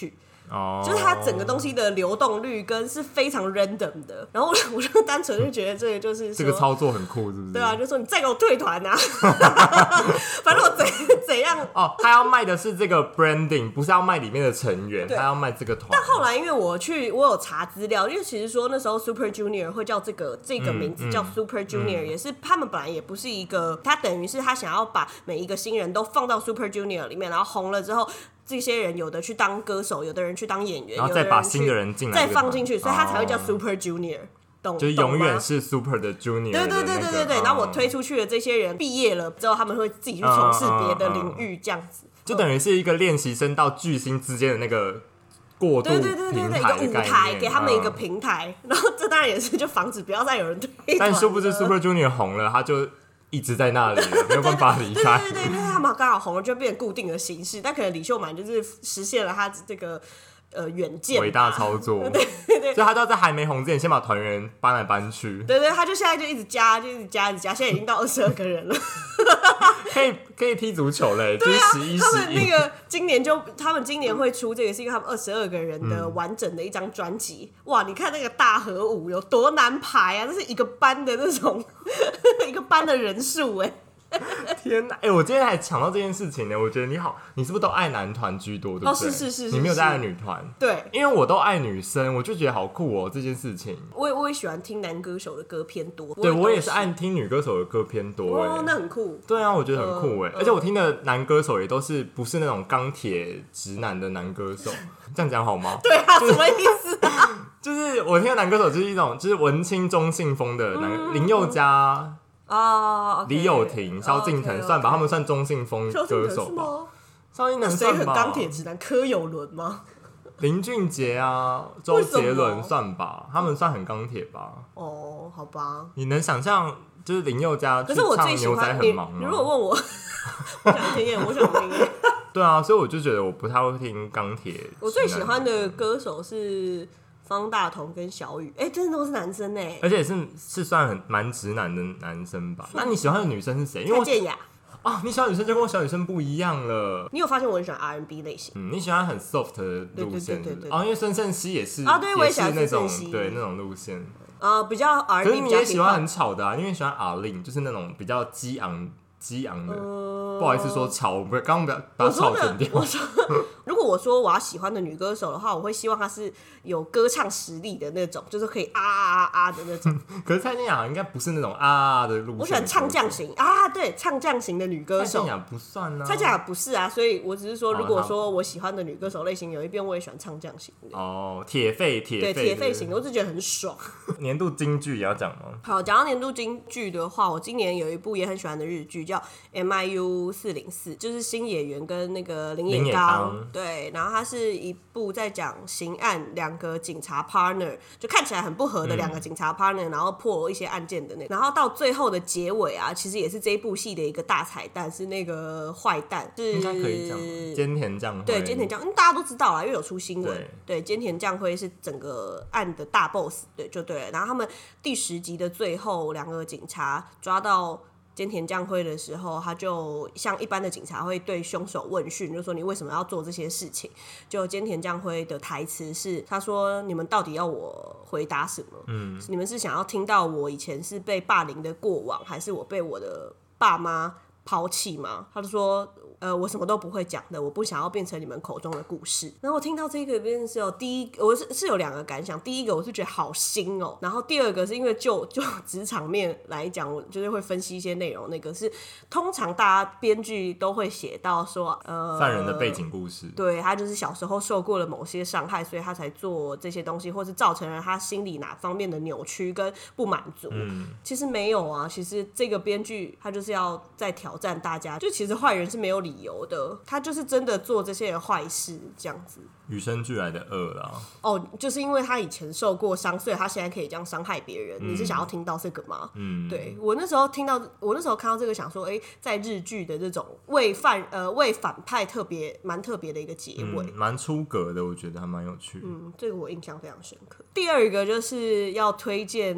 Speaker 1: 哦，
Speaker 2: 就是它整个东西的流动率跟是非常 random 的。然后我我就单纯就觉得这个就是说
Speaker 1: 这个操作很酷，是不是？
Speaker 2: 对啊，就说你再给我退团啊，反正我怎怎样
Speaker 1: 哦，他要卖的是这个 branding， 不是要卖里面的成员，他要卖这个团。
Speaker 2: 但后来因为我去，我有查资料，因为其实说那时候 Super Junior 会叫这个这个名字叫 Super Junior，、嗯嗯、也是他们本来也不是一个，他等于是他想要把每一个新人都放到 Super Junior 里面，然后红了之后。这些人有的去当歌手，有的人去当演员，
Speaker 1: 然后再把新的人进来，
Speaker 2: 再放进去，所以他才会叫 Super Junior，、哦、懂？
Speaker 1: 就是永远是 Super 的 Junior 的、那個。
Speaker 2: 对对对对对对。然后我推出去的这些人毕业了之后，他们会自己去从事别的领域，这样子、嗯嗯嗯，
Speaker 1: 就等于是一个练习生到巨星之间的那个过渡平台的概念。对对对对，
Speaker 2: 一个舞台给他们一个平台，嗯、然后这当然也是就防止不要再有人推。
Speaker 1: 但殊不知 Super Junior 红了，他就。一直在那里了，没有办法离开。
Speaker 2: 对对对对，因为他们刚好红了，就变成固定的形式。但可能李秀满就是实现了他这个呃远见，
Speaker 1: 伟大操作。
Speaker 2: 对对对，
Speaker 1: 所以他就要在还没红之前，先把团员搬来搬去。
Speaker 2: 对对，他就现在就一直加，就一直加，一直加，现在已经到二十二个人了。
Speaker 1: 可以可以踢足球嘞，
Speaker 2: 对啊，
Speaker 1: 就是十一
Speaker 2: 他们那个今年就他们今年会出这个，是因为他们二十二个人的完整的一张专辑、嗯。哇，你看那个大合舞有多难排啊！这是一个班的那种一个班的人数哎。
Speaker 1: 天哪！哎、欸，我今天还抢到这件事情呢。我觉得你好，你是不是都爱男团居多，对不对？
Speaker 2: 哦，是是 是, 是，
Speaker 1: 你没有在爱女团。
Speaker 2: 对，
Speaker 1: 因为我都爱女生，我就觉得好酷哦，这件事情。
Speaker 2: 我也我也喜欢听男歌手的歌偏多。
Speaker 1: 对，我也是爱听女歌手的歌偏多。
Speaker 2: 哦，那很酷。
Speaker 1: 对啊，我觉得很酷哎、呃，而且我听的男歌手也都是不是那种钢铁直男的男歌手，这样讲好吗？
Speaker 2: 对啊，什么意思啊？
Speaker 1: 就是我听的男歌手就是一种就是文青中性风的男，嗯、林宥嘉。
Speaker 2: 啊、oh, okay.
Speaker 1: 李友廷、萧敬腾算吧， okay, okay. 他们算中性风歌手吧。萧敬腾算吧。谁很
Speaker 2: 钢铁直男？柯有伦吗？
Speaker 1: 林俊杰啊，周杰伦算吧，他们算很钢铁吧。
Speaker 2: 哦、oh, ，好吧。
Speaker 1: 你能想象就是林宥嘉去唱牛仔很忙吗？
Speaker 2: 你如果问我，我想听耶，我想听耶。
Speaker 1: 对啊，所以我就觉得我不太会听钢铁。
Speaker 2: 我最喜欢的歌手是方大同跟小雨，哎、欸，真的都是男生哎，
Speaker 1: 而且是是算很蛮直男的男生吧？那你喜欢的女生是谁？因为
Speaker 2: 蔡健雅
Speaker 1: 啊，你喜欢女生就跟我小女生不一样了。
Speaker 2: 你有发现我很喜欢 R and B 类型？
Speaker 1: 嗯，你喜欢很 soft 的路线，对对对对。哦，因为孙盛希也是
Speaker 2: 啊，对，我也喜欢
Speaker 1: 那种对那种路线
Speaker 2: 啊、呃，比较 R and B。
Speaker 1: 可是你也喜欢很吵的啊，因为喜欢 R-Lin， 就是那种比较激昂。激昂的、呃，不好意思说吵，我刚刚把吵剪掉。
Speaker 2: 我说，如果我说我要喜欢的女歌手的话，我会希望她是有歌唱实力的那种，就是可以啊啊啊啊的那种。
Speaker 1: 可是蔡健雅应该不是那种啊啊的路线。
Speaker 2: 我喜欢唱将型啊，对，唱将型的女歌手。
Speaker 1: 蔡健雅不算啊，
Speaker 2: 蔡健雅不是啊，所以我只是说，如果说我喜欢的女歌手类型有一边，我也喜欢唱将型的。
Speaker 1: 哦，铁肺铁
Speaker 2: 对铁肺型的，我就觉得很爽。
Speaker 1: 年度金句也要讲吗？
Speaker 2: 好，讲到年度金句的话，我今年有一部也很喜欢的日剧叫 M I U 四零四，就是新野原跟那个林野刚，对，然后它是一部在讲刑案，两个警察 partner 就看起来很不合的两个警察 partner，、嗯、然后破一些案件的那，然后到最后的结尾啊，其实也是这一部戏的一个大彩蛋，是那个坏蛋，是
Speaker 1: 应该可以讲菅田将晖，
Speaker 2: 对，菅田将晖、嗯、大家都知道啦，因为有出新闻，对，菅田将晖是整个案的大 boss， 对，就对了。然后他们第十集的最后，两个警察抓到菅田将晖的时候，他就像一般的警察会对凶手问讯，就说你为什么要做这些事情。就菅田将晖的台词是，他说你们到底要我回答什么？嗯，你们是想要听到我以前是被霸凌的过往，还是我被我的爸妈抛弃吗？他就说呃，我什么都不会讲的，我不想要变成你们口中的故事。然后我听到这个边是有第一，我是是有两个感想。第一个我是觉得好新哦，然后第二个是因为就就职场面来讲，我就是会分析一些内容。那个是通常大家编剧都会写到说，呃，
Speaker 1: 犯人的背景故事，
Speaker 2: 对，他就是小时候受过了某些伤害，所以他才做这些东西，或是造成了他心理哪方面的扭曲跟不满足。嗯，其实没有啊，其实这个编剧他就是要在挑战大家，就其实坏人是没有理由的，他就是真的做这些坏事这样子，
Speaker 1: 与生俱来的恶啦。
Speaker 2: 哦，就是因为他以前受过伤，所以他现在可以这样伤害别人、嗯。你是想要听到这个吗？嗯，对，我那时候听到，我那时候看到这个，想说，哎、欸，在日剧的这种为犯呃为反派特别蛮特别的一个结尾，
Speaker 1: 蛮、嗯、出格的，我觉得还蛮有趣。
Speaker 2: 嗯，这个我印象非常深刻。第二个就是要推荐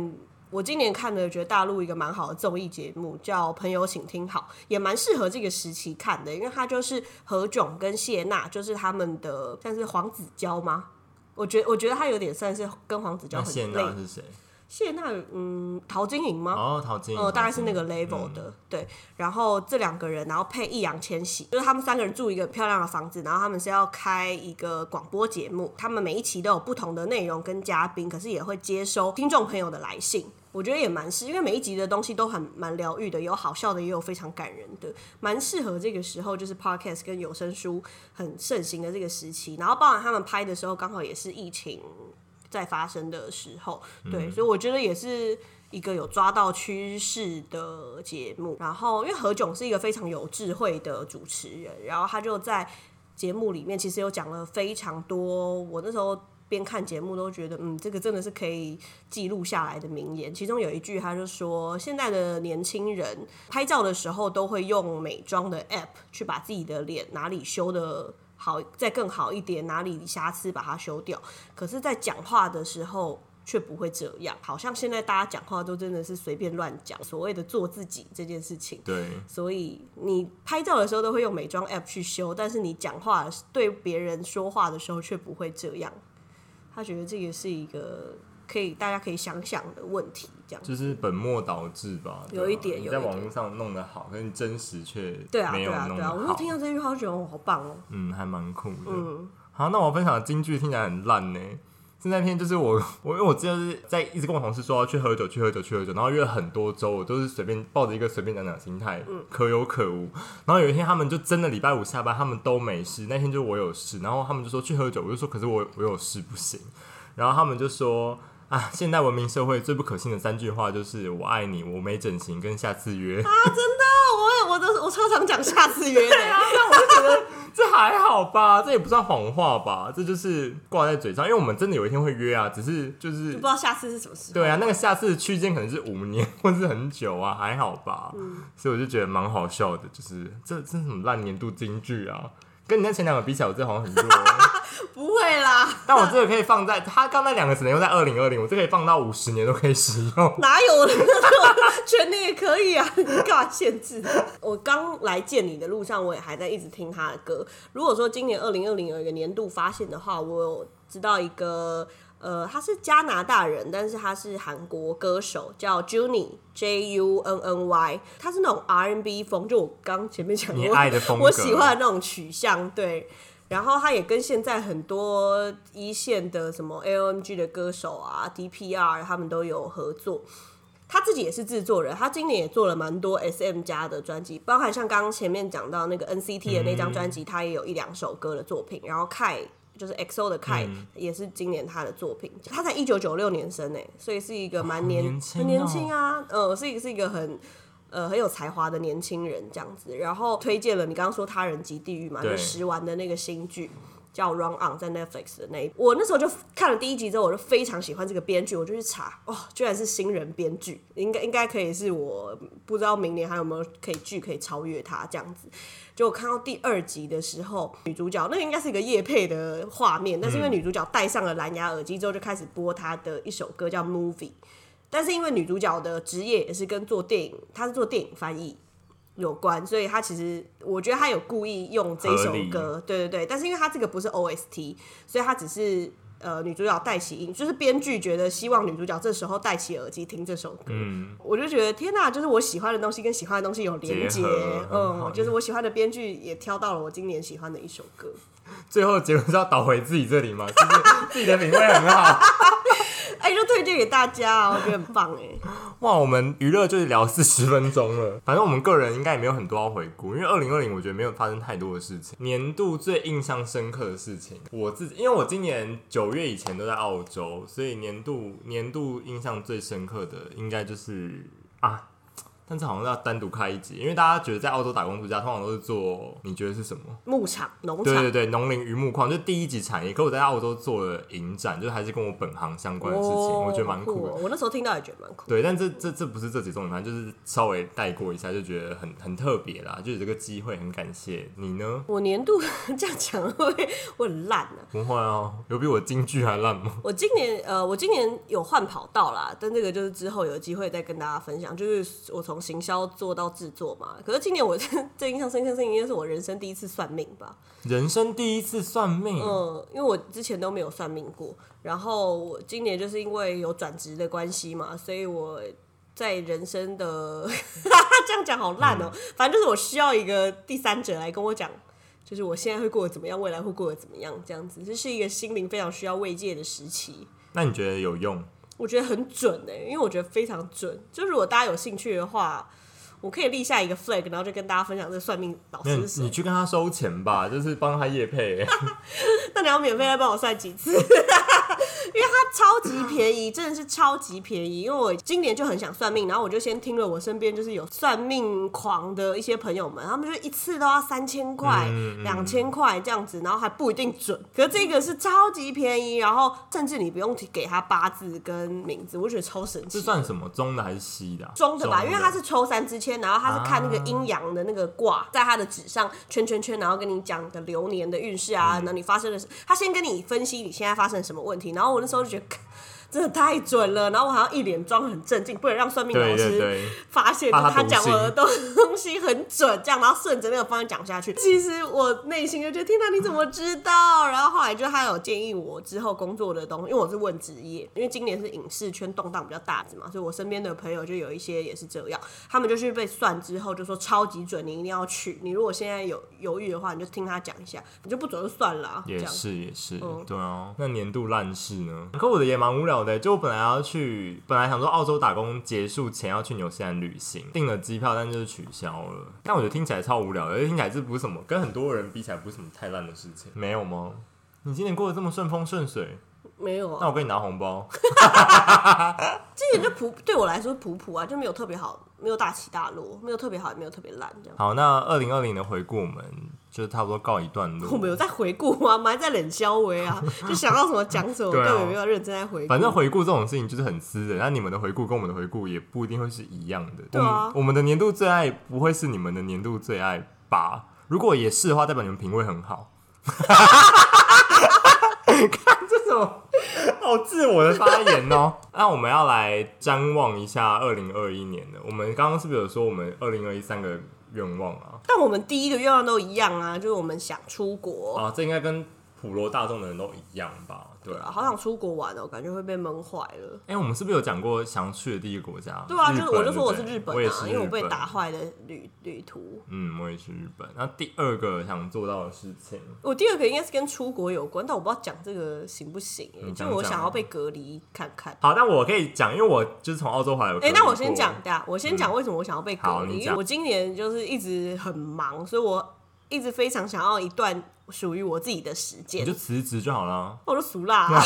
Speaker 2: 我今年看了，觉得大陆一个蛮好的综艺节目叫《朋友请听好》，也蛮适合这个时期看的，因为它就是何炅跟谢娜，就是他们的像是黄子佼吗？我觉得我觉得他有点算是跟黄子佼很类。
Speaker 1: 那谢娜是谁？
Speaker 2: 谢娜，嗯，陶晶莹吗？
Speaker 1: 哦，陶晶莹，
Speaker 2: 呃，大概是那个 level 的，嗯、对。然后这两个人，然后配易烊千玺，就是他们三个人住一个漂亮的房子，然后他们是要开一个广播节目，他们每一期都有不同的内容跟嘉宾，可是也会接收听众朋友的来信。我觉得也蛮适，因为每一集的东西都很蛮疗愈的，有好笑的，也有非常感人的，蛮适合这个时候，就是 podcast 跟有声书很盛行的这个时期。然后包含他们拍的时候，刚好也是疫情在发生的时候，对，嗯、所以我觉得也是一个有抓到趋势的节目。然后，因为何炅是一个非常有智慧的主持人，然后他就在节目里面其实有讲了非常多，我那时候边看节目都觉得，嗯，这个真的是可以记录下来的名言。其中有一句，他就说，现在的年轻人拍照的时候都会用美妆的 app 去把自己的脸哪里修的好，再更好一点，哪里瑕疵把它修掉。可是，在讲话的时候却不会这样，好像现在大家讲话都真的是随便乱讲，所谓的做自己这件事情。
Speaker 1: 对，
Speaker 2: 所以你拍照的时候都会用美妆 app 去修，但是你讲话对别人说话的时候却不会这样。他觉得这个是一个可以大家可以想想的问题，这样
Speaker 1: 就是本末倒置吧。
Speaker 2: 有一点，
Speaker 1: 你在网络上弄得好，可是真实却
Speaker 2: 对啊，
Speaker 1: 没有弄得好。
Speaker 2: 对啊，对啊，我就听到这句话，就觉得我好棒哦。
Speaker 1: 嗯，还蛮酷的。
Speaker 2: 嗯，
Speaker 1: 好，那我分享的金句听起来很烂呢。是那天就是我，我因为我之前是在一直跟我同事说要去喝酒，去喝酒，去喝酒，然后约了很多周，我都是随便抱着一个随便讲讲心态，嗯、可有可无。然后有一天他们就真的礼拜五下班，他们都没事，那天就我有事，然后他们就说去喝酒，我就说可是我我有事不行。然后他们就说啊，现代文明社会最不可信的三句话就是我爱你，我没整形，跟下次约
Speaker 2: 啊！真的，我我都我超常讲下次约的，
Speaker 1: 啊，但我就觉得这还好吧，这也不算谎话吧，这就是挂在嘴上，因为我们真的有一天会约啊，只是就是
Speaker 2: 就不知道下次是什么时候。
Speaker 1: 对啊，那个下次的区间可能是五年或是很久啊，还好吧。嗯、所以我就觉得蛮好笑的，就是这这是什么烂年度金句啊？跟你那前两个比起来，我这好像很弱。
Speaker 2: 不会啦，
Speaker 1: 但我这个可以放在他刚才两个只能用在二零二零，我这个可以放到五十年都可以使用。
Speaker 2: 哪有的？全年也可以啊，你干嘛限制？我刚来见你的路上，我也还在一直听他的歌。如果说今年二零二零有一个年度发现的话，我有知道一个。呃，他是加拿大人，但是他是韩国歌手，叫 Junny J U N N Y。他是那种 R and B 风，就我刚前面讲
Speaker 1: 你爱的风格，
Speaker 2: 我喜欢的那种取向，对。然后他也跟现在很多一线的什么 L M G 的歌手啊 D P R 他们都有合作。他自己也是制作人，他今年也做了蛮多 S M 家的专辑，包含像刚刚前面讲到那个 N C T 的那张专辑，嗯、他也有一两首歌的作品。然后Kai就是 X O 的 Kai、嗯、也是今年他的作品，他才一九九六年生诶，所以是一个蛮年、哦、很年轻啊，呃，是一个是一个很呃很有才华的年轻人这样子。然后推荐了你刚刚说他人及地狱嘛，就十完的那个新剧。叫 Run On 在 Netflix 的那一部，我那时候就看了第一集之后，我就非常喜欢这个编剧，我就去查，哇、哦，居然是新人编剧，应该应该可以是我不知道明年还有没有可以剧可以超越他这样子。就我看到第二集的时候，女主角那个应该是一个业配的画面，但是因为女主角戴上了蓝牙耳机之后，就开始播她的一首歌叫 Movie， 但是因为女主角的职业也是跟做电影，她是做电影翻译。有关，所以他其实我觉得他有故意用这首歌，对对对，但是因为他这个不是 O S T， 所以他只是呃女主角戴起音，就是编剧觉得希望女主角这时候戴起耳机听这首歌，嗯，我就觉得天哪，就是我喜欢的东西跟喜欢的东西有连结，嗯，就是我喜欢的编剧也挑到了我今年喜欢的一首歌。
Speaker 1: 最后结果是要倒回自己这里嘛，就是自己的品味很好。
Speaker 2: 哎、欸，就推荐给大家啊，我觉得很棒哎。
Speaker 1: 哇，我们娱乐就是聊四十分钟了，反正我们个人应该也没有很多要回顾，因为二零二零我觉得没有发生太多的事情。年度最印象深刻的事情，我自己因为我今年九月以前都在澳洲，所以年度年度印象最深刻的应该就是啊， 但这好像要单独开一集，因为大家觉得在澳洲打工度假通常都是做，你觉得是什么？
Speaker 2: 牧场、农场。
Speaker 1: 对对对，农林渔牧矿就第一级产业。可我在澳洲做了影展，就还是跟我本行相关的事情，哦、我觉得蛮酷的、
Speaker 2: 哦。我那时候听到也觉得蛮酷。
Speaker 1: 对，但这这这不是这集重点，反正就是稍微带过一下，就觉得很很特别啦，就有这个机会，很感谢你呢。
Speaker 2: 我年度这样讲会我很烂啊？
Speaker 1: 不会啊，有比我京剧还烂吗？
Speaker 2: 我今年呃，我今年有换跑道啦，但这个就是之后有机会再跟大家分享。就是我从行销做到制作嘛，可是今年我最印象深刻的应该是我人生第一次算命吧。
Speaker 1: 人生第一次算命？
Speaker 2: 嗯，因为我之前都没有算命过，然后我今年就是因为有转职的关系嘛，所以我在人生的这样讲好烂哦、喔嗯，反正就是我需要一个第三者来跟我讲。就是我现在会过得怎么样，未来会过得怎么样，这样子，这是一个心灵非常需要慰藉的时期。
Speaker 1: 那你觉得有用？
Speaker 2: 我觉得很准哎、欸，因为我觉得非常准。就如果大家有兴趣的话，我可以立下一个 flag， 然后就跟大家分享这个算命老师是谁。
Speaker 1: 你去跟他收钱吧，就是帮他业配、欸。
Speaker 2: 那你要免费再帮我算几次？因为它超级便宜，真的是超级便宜。因为我今年就很想算命，然后我就先听了我身边就是有算命狂的一些朋友们，他们就一次都要三千块、两千块这样子，然后还不一定准。可是这个是超级便宜，然后甚至你不用给他八字跟名字，我觉得超神奇。
Speaker 1: 这算什么？中的还是西的、啊？
Speaker 2: 中的吧，因为它是抽三支签，然后他是看那个阴阳的那个卦，在他的纸上圈圈圈，然后跟你讲的流年的运势啊，那、嗯、你发生的，他先跟你分析你现在发生什么问题，然后我那时候就觉得真的太准了，然后我好像一脸装很镇静，不能让算命老师发现他讲我的东西很准，这样，然后顺着那个方向讲下去。其实我内心就觉得，天哪，你怎么知道？然后后来就他有建议我之后工作的东西，因为我是问职业，因为今年是影视圈动荡比较大嘛，所以我身边的朋友就有一些也是这样，他们就去被算之后就说超级准，你一定要去。你如果现在有犹豫的话，你就听他讲一下，你就不准就算了、啊。
Speaker 1: 也是也是、嗯，对啊。那年度烂事呢？可我的也蛮无聊。就我本来要去，本来想说澳洲打工结束前要去纽西兰旅行，订了机票，但就是取消了。但我觉得听起来超无聊的，而且听起来这不是什么跟很多人比起来不是什么太烂的事情。没有吗？你今年过得这么顺风顺水？
Speaker 2: 没有啊。
Speaker 1: 那我跟你拿红包。
Speaker 2: 今年就普对我来说普普啊，就没有特别好，没有大起大落，没有特别好，也没有特别烂这样。
Speaker 1: 好，那二零二零的回顾我们就差不多告一段落。
Speaker 2: 我们有在回顾吗？我们还在冷消微啊，就想到什么讲什么，根本没有认真在回顾。
Speaker 1: 反正回顾这种事情就是很私人，那你们的回顾跟我们的回顾也不一定会是一样的。
Speaker 2: 对啊，
Speaker 1: 我们的年度最爱不会是你们的年度最爱吧？如果也是的话，代表你们品味很好。看这种好自我的发言哦。那我们要来展望一下二零二一年的。我们刚刚是不是有说我们二零二一三个愿望啊？
Speaker 2: 但我们第一个愿望都一样啊，就是我们想出国
Speaker 1: 啊。这应该跟普罗大众的人都一样吧？对啊，
Speaker 2: 好想出国玩哦，感觉会被闷坏了。
Speaker 1: 哎、欸，我们是不是有讲过想去的第一个国家？
Speaker 2: 对啊，就是我就说我是日本啊，
Speaker 1: 我也是日本，
Speaker 2: 因为我被打坏的旅旅途。
Speaker 1: 嗯，我也是日本。那第二个想做到的事情，
Speaker 2: 我第二个应该是跟出国有关，但我不知道讲这个行不行、欸。就我想要被隔离看看。
Speaker 1: 好，但我可以讲，因为我就是从澳洲回来。
Speaker 2: 哎、欸，那我先讲，对啊，我先讲为什么我想要被隔离、嗯。因为我今年就是一直很忙，所以我一直非常想要一段属于我自己的时间。
Speaker 1: 你就辞职就好了。
Speaker 2: 我就俗辣、啊。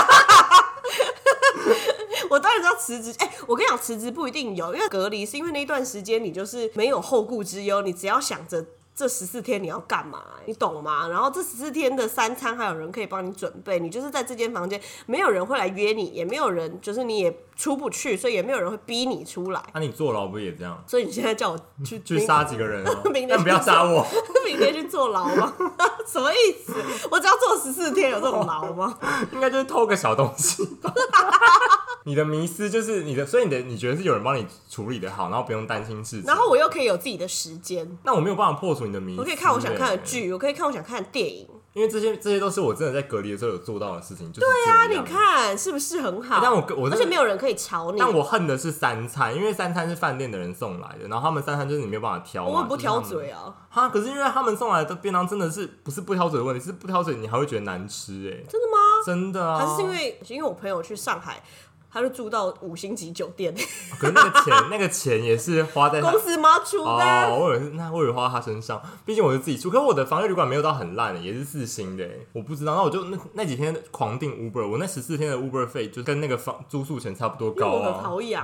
Speaker 2: 我当然知道辞职，哎、欸，我跟你讲，辞职不一定有，因为隔离是因为那段时间你就是没有后顾之忧，你只要想着这十四天你要干嘛，你懂吗？然后这十四天的三餐还有人可以帮你准备，你就是在这间房间，没有人会来约你，也没有人就是你也出不去，所以也没有人会逼你出来。
Speaker 1: 那、啊、你坐牢不也这样？
Speaker 2: 所以你现在叫我去
Speaker 1: 去杀几个人啊？
Speaker 2: 明天
Speaker 1: 但不要杀我，
Speaker 2: 明天去坐牢吗？什么意思？我只要坐十四天，有这种牢吗？
Speaker 1: 应该就是偷个小东西吧。你的迷思就是你的，所以你的你觉得是有人帮你处理的好，然后不用担心事情，
Speaker 2: 然后我又可以有自己的时间。
Speaker 1: 那我没有办法破除你的迷思。
Speaker 2: 我可以看我想看的剧，我可以看我想看的电影。
Speaker 1: 因为这些这些都是我真的在隔离的时候有做到的事情，就是
Speaker 2: 对啊，你看是不是很好？
Speaker 1: 但我我
Speaker 2: 而且没有人可以吵你。
Speaker 1: 但我恨的是三餐，因为三餐是饭店的人送来的，然后他们三餐就是你没有办法挑嘛。
Speaker 2: 我不挑嘴啊。
Speaker 1: 哈，可是因为他们送来的便当真的是不是不挑嘴的问题，是不挑嘴你还会觉得难吃哎、欸。
Speaker 2: 真的吗？
Speaker 1: 真的啊。
Speaker 2: 还是因为因为我朋友去上海。他就住到五星级酒店，
Speaker 1: 可是那个钱，那个钱也是花在
Speaker 2: 公司妈出的。
Speaker 1: 哦，我以为那我以为花在他身上，毕竟我是自己住。可是我的防疫旅馆没有到很烂的，也是四星的，我不知道。那我就那那几天狂订 Uber， 我那十四天的 Uber 费就跟那个房住宿钱差不多高啊。
Speaker 2: 因为我很好养啊。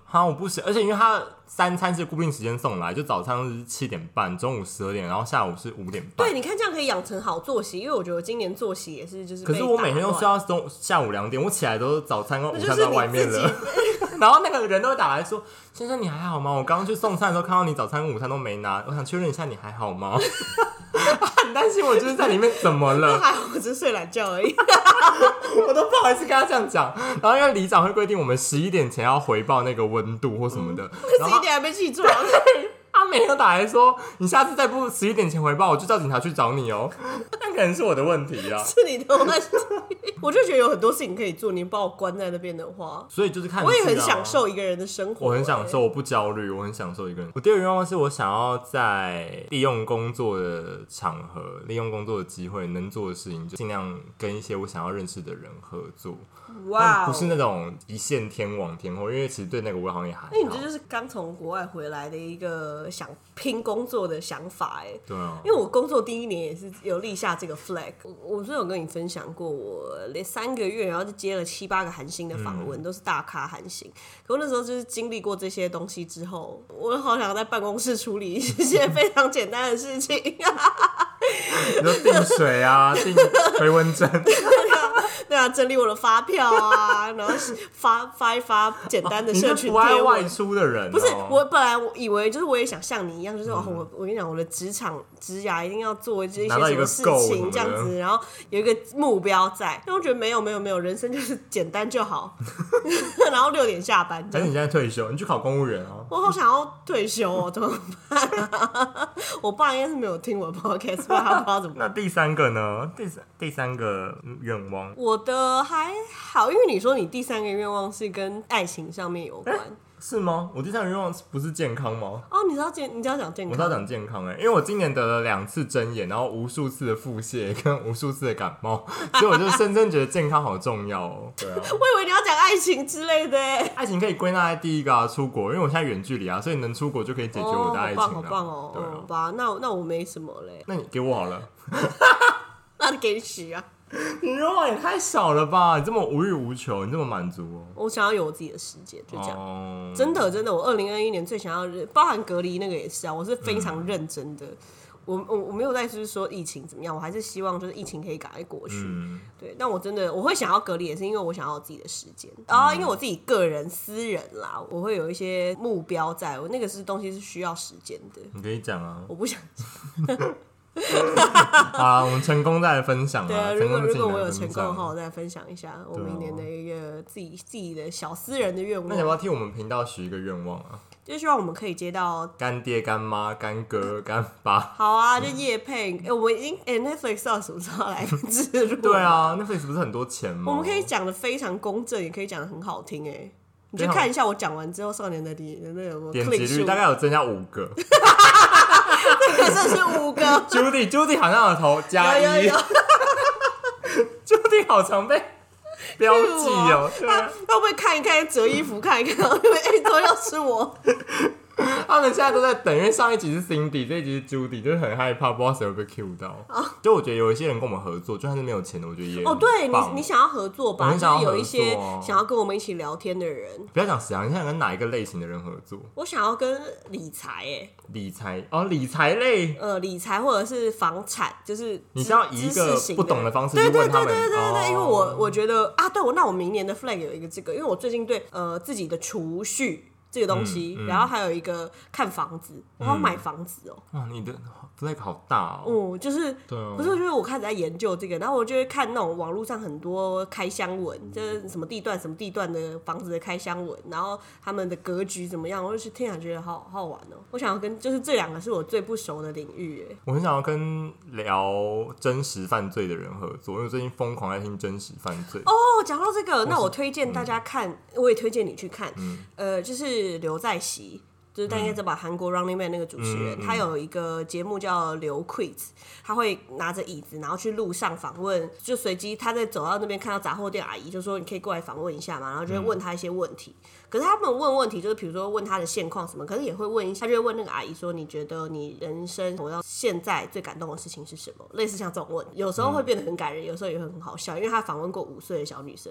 Speaker 1: 哈，我不行，而且因为他三餐是固定时间送来，就早餐是七点半，中午十二点，然后下午是五点半。
Speaker 2: 对，你看这样可以养成好作息，因为我觉得我今年作息也是就是被打乱。
Speaker 1: 可是我每天都睡到中下午两点，我起来都早餐跟午餐在外面了。然后那个人都会打来说：“先生，你还好吗？我刚刚去送餐的时候看到你早餐跟午餐都没拿，我想确认一下你还好吗？”很担心我就是在里面怎么了？
Speaker 2: 还好，我只是睡懒觉而已。
Speaker 1: 我都不好意思跟他这样讲。然后因为里长会规定我们十一点前要回报那个温度或什么的，
Speaker 2: 十一点还没起床。
Speaker 1: 他每天都打来说：“你下次再不十一点前回报，我就叫警察去找你哦。”那可能是我的问题啊，
Speaker 2: 是你的问题。我就觉得有很多事情可以做，你把我关在那边的话，
Speaker 1: 所以就是看、啊。
Speaker 2: 我也很享受一个人的生活、欸，
Speaker 1: 我很享受，我不焦虑，我很享受一个人。我第二个愿望是我想要在利用工作的场合、利用工作的机会，能做的事情，就尽量跟一些我想要认识的人合作。哇、wow ，不是那种一线天王天后，因为其实对那个我好像也还好。
Speaker 2: 那你这就是刚从国外回来的一个想拼工作的想法哎。
Speaker 1: 对啊，
Speaker 2: 因为我工作第一年也是有立下这个 flag。我我是有跟你分享过，我连三个月然后就接了七八个韩星的访问、嗯，都是大咖韩星。可我那时候就是经历过这些东西之后，我好想在办公室处理一些非常简单的事情。
Speaker 1: 你说订水啊，订回温针。
Speaker 2: 对啊，整理我的发票啊，然后发发一发简单的社群贴文。
Speaker 1: 你是不爱外出的人、哦，
Speaker 2: 不是我本来我以为就是我也想像你一样，就是、嗯、哦，我我跟你讲，我的职场职涯一定要做一些什么事情这样子，然后有一个目标在。但我觉得没有没有没有，人生就是简单就好。然后六点下班。
Speaker 1: 但是你现在退休，你去考公务员啊？
Speaker 2: 我好想要退休哦，怎么办、啊？我爸应该是没有听我的 podcast， 不然他不知道怎么办。
Speaker 1: 那第三个呢？第三第三个愿望。
Speaker 2: 我的还好，因为你说你第三个愿望是跟爱情上面有关、欸，
Speaker 1: 是吗？我第三个愿望不是健康吗？
Speaker 2: 哦，你知道健，你知道讲健康，
Speaker 1: 我知道讲健康哎、欸，因为我今年得了两次针眼，然后无数次的腹泻跟无数次的感冒，所以我就深深觉得健康好重要哦。对啊，我
Speaker 2: 以为你要讲爱情之类的哎、
Speaker 1: 欸，爱情可以归纳在第一个啊，出国，因为我现在远距离啊，所以能出国就可以解决我的爱情、啊。
Speaker 2: 哦，好棒好棒哦！对啊，好吧，那那我没什么嘞。
Speaker 1: 那你给我好了，
Speaker 2: 那你给你许啊。
Speaker 1: 你愿望也太少了吧！你这么无欲无求，你这么满足哦。
Speaker 2: 我想要有我自己的世界，就这样。
Speaker 1: 哦、
Speaker 2: 真的真的，我二零二一年最想要，包含隔离那个也是啊，我是非常认真的。嗯、我我我没有在就是说疫情怎么样，我还是希望就是疫情可以赶快过去。嗯、对，但我真的我会想要隔离，也是因为我想要有自己的时间。然后因为我自己个人私人啦，我会有一些目标在，我那个是东西是需要时间的。
Speaker 1: 你可以讲啊，
Speaker 2: 我不想讲。
Speaker 1: 好啦，我们成功再来分享啊。
Speaker 2: 对啊，如果如果我有成功的话，我再分享一下我明年的一个自己自己的小私人的愿望。
Speaker 1: 那你要不要替我们频道许一个愿望啊？
Speaker 2: 就希望我们可以接到
Speaker 1: 干爹、干妈、干哥、干爸。
Speaker 2: 好啊，就业配。哎、欸，我们已经哎、欸、，Netflix 到什么时候来植入？
Speaker 1: 对啊 ，Netflix 不是很多钱吗？
Speaker 2: 我们可以讲的非常公正，也可以讲的很好听哎、欸。你去看一下我讲完之后，少年的你的那个
Speaker 1: 点击率大概有增加五个。
Speaker 2: 这个是五个。
Speaker 1: Judy Judy 好像有投加一。Judy 好常被标记哦。
Speaker 2: 他他会不会看一看折衣服看一看，因为哎，都要是我。
Speaker 1: 他们现在都在等，因为上一集是 Cindy， 这一集是 Judy， 就是很害怕，不知道谁会被 Q 到。Oh. 就我觉得有一些人跟我们合作，就算是没有钱的，我觉得也
Speaker 2: 哦， oh, 对你，你想要合作吧？
Speaker 1: 想要合作、啊、
Speaker 2: 就是有一些想要跟我们一起聊天的人。
Speaker 1: 不要讲谁啊，你想跟哪一个类型的人合作？
Speaker 2: 我想要跟理财，哎，
Speaker 1: 理财哦，理财类，
Speaker 2: 呃，理财或者是房产，就是
Speaker 1: 你是要以一个不懂的方式去问他们。
Speaker 2: 对对对对对对对，
Speaker 1: 哦、
Speaker 2: 因为我我觉得啊，对，我那我明年的 flag 有一个这个，因为我最近对呃自己的储蓄。这个东西、嗯嗯，然后还有一个看房子，我要买房子哦、喔。
Speaker 1: 哇，你的 flag 好大哦。
Speaker 2: 嗯，就是，
Speaker 1: 对哦、
Speaker 2: 不是，就是我开始在研究这个，然后我就会看那种网络上很多开箱文，就是什么地段、什么地段的房子的开箱文，然后他们的格局怎么样，我就去听，想觉得好好玩哦、喔。我想要跟，就是这两个是我最不熟的领域，哎。
Speaker 1: 我很想要跟聊真实犯罪的人合作，因为我最近疯狂在听真实犯罪。
Speaker 2: 哦，讲到这个，那我推荐大家看，嗯、我也推荐你去看，嗯、呃，就是。是刘在熙，就是大概这把韩国 Running Man 那个主持人、嗯嗯，他有一个节目叫刘 Quiz， 他会拿着椅子，然后去路上访问，就随机他在走到那边看到杂货店阿姨，就说你可以过来访问一下嘛，然后就会问他一些问题。嗯、可是他们问问题就是比如说问他的现况什么，可是也会问一下，他就会问那个阿姨说，你觉得你人生活到现在最感动的事情是什么？类似像这种问题，有时候会变得很感人，有时候也会很好笑，因为他访问过五岁的小女生。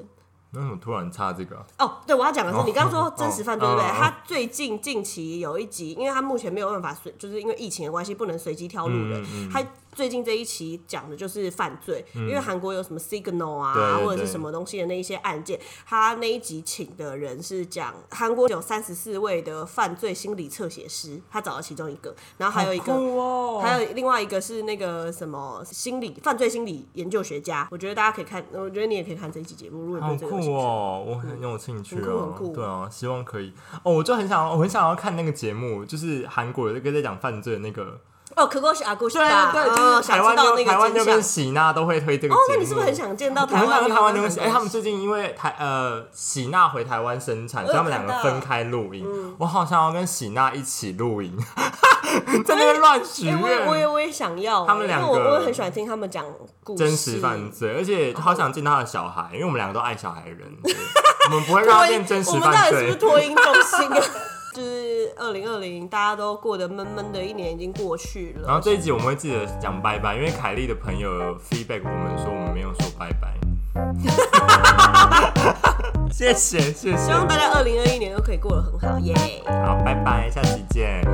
Speaker 1: 为什么突然插这个、啊？
Speaker 2: 哦，对，我要讲的是，
Speaker 1: 哦、
Speaker 2: 你刚刚说真实犯罪，对不对？
Speaker 1: 哦、
Speaker 2: 他最近近期有一集，因为他目前没有办法随，就是因为疫情的关系，不能随机挑路人。嗯嗯、他最近这一期讲的就是犯罪，嗯、因为韩国有什么 Signal 啊，
Speaker 1: 对对对
Speaker 2: 或者是什么东西的那一些案件，他那一集请的人是讲韩国有三十四位的犯罪心理侧写师，他找了其中一个，然后还有一个，
Speaker 1: 哦、
Speaker 2: 还有另外一个是那个什么心理犯罪心理研究学家。我觉得大家可以看，我觉得你也可以看这一期节目，如果对这个有兴趣。
Speaker 1: 好酷哦，我很有兴趣
Speaker 2: 哦，很酷，
Speaker 1: 对啊，希望可以哦。我就很想，我很想要看那个节目，就是韩国有一个在讲犯罪的那个。
Speaker 2: 哦，可够阿姑
Speaker 1: 对对，就是台湾就台湾就跟喜娜都会推这个节目。
Speaker 2: 哦，那你是不是很想见到台湾？
Speaker 1: 我很想跟台湾妞哎，他们最近因为台呃喜娜回台湾生产，所以他们两个分开录影。嗯、我好想要跟喜娜一起录影，在那边乱许愿。
Speaker 2: 我也我也想要，
Speaker 1: 他们两个，
Speaker 2: 我我也很喜欢听他们讲故事，
Speaker 1: 真实犯罪，而且好想见他的小孩，因为我们两个都爱小孩的人，我们不会让他变真实犯罪。
Speaker 2: 我们到底是不是脱音中心啊？就是二零二零，大家都过得闷闷的一年已经过去了。
Speaker 1: 然后这一集我们会记得讲拜拜，因为凯莉的朋友有 feedback 我们说我们没有说拜拜。谢谢谢谢，
Speaker 2: 希望大家二零二一年都可以过得很好耶。
Speaker 1: 好，拜拜，下期见。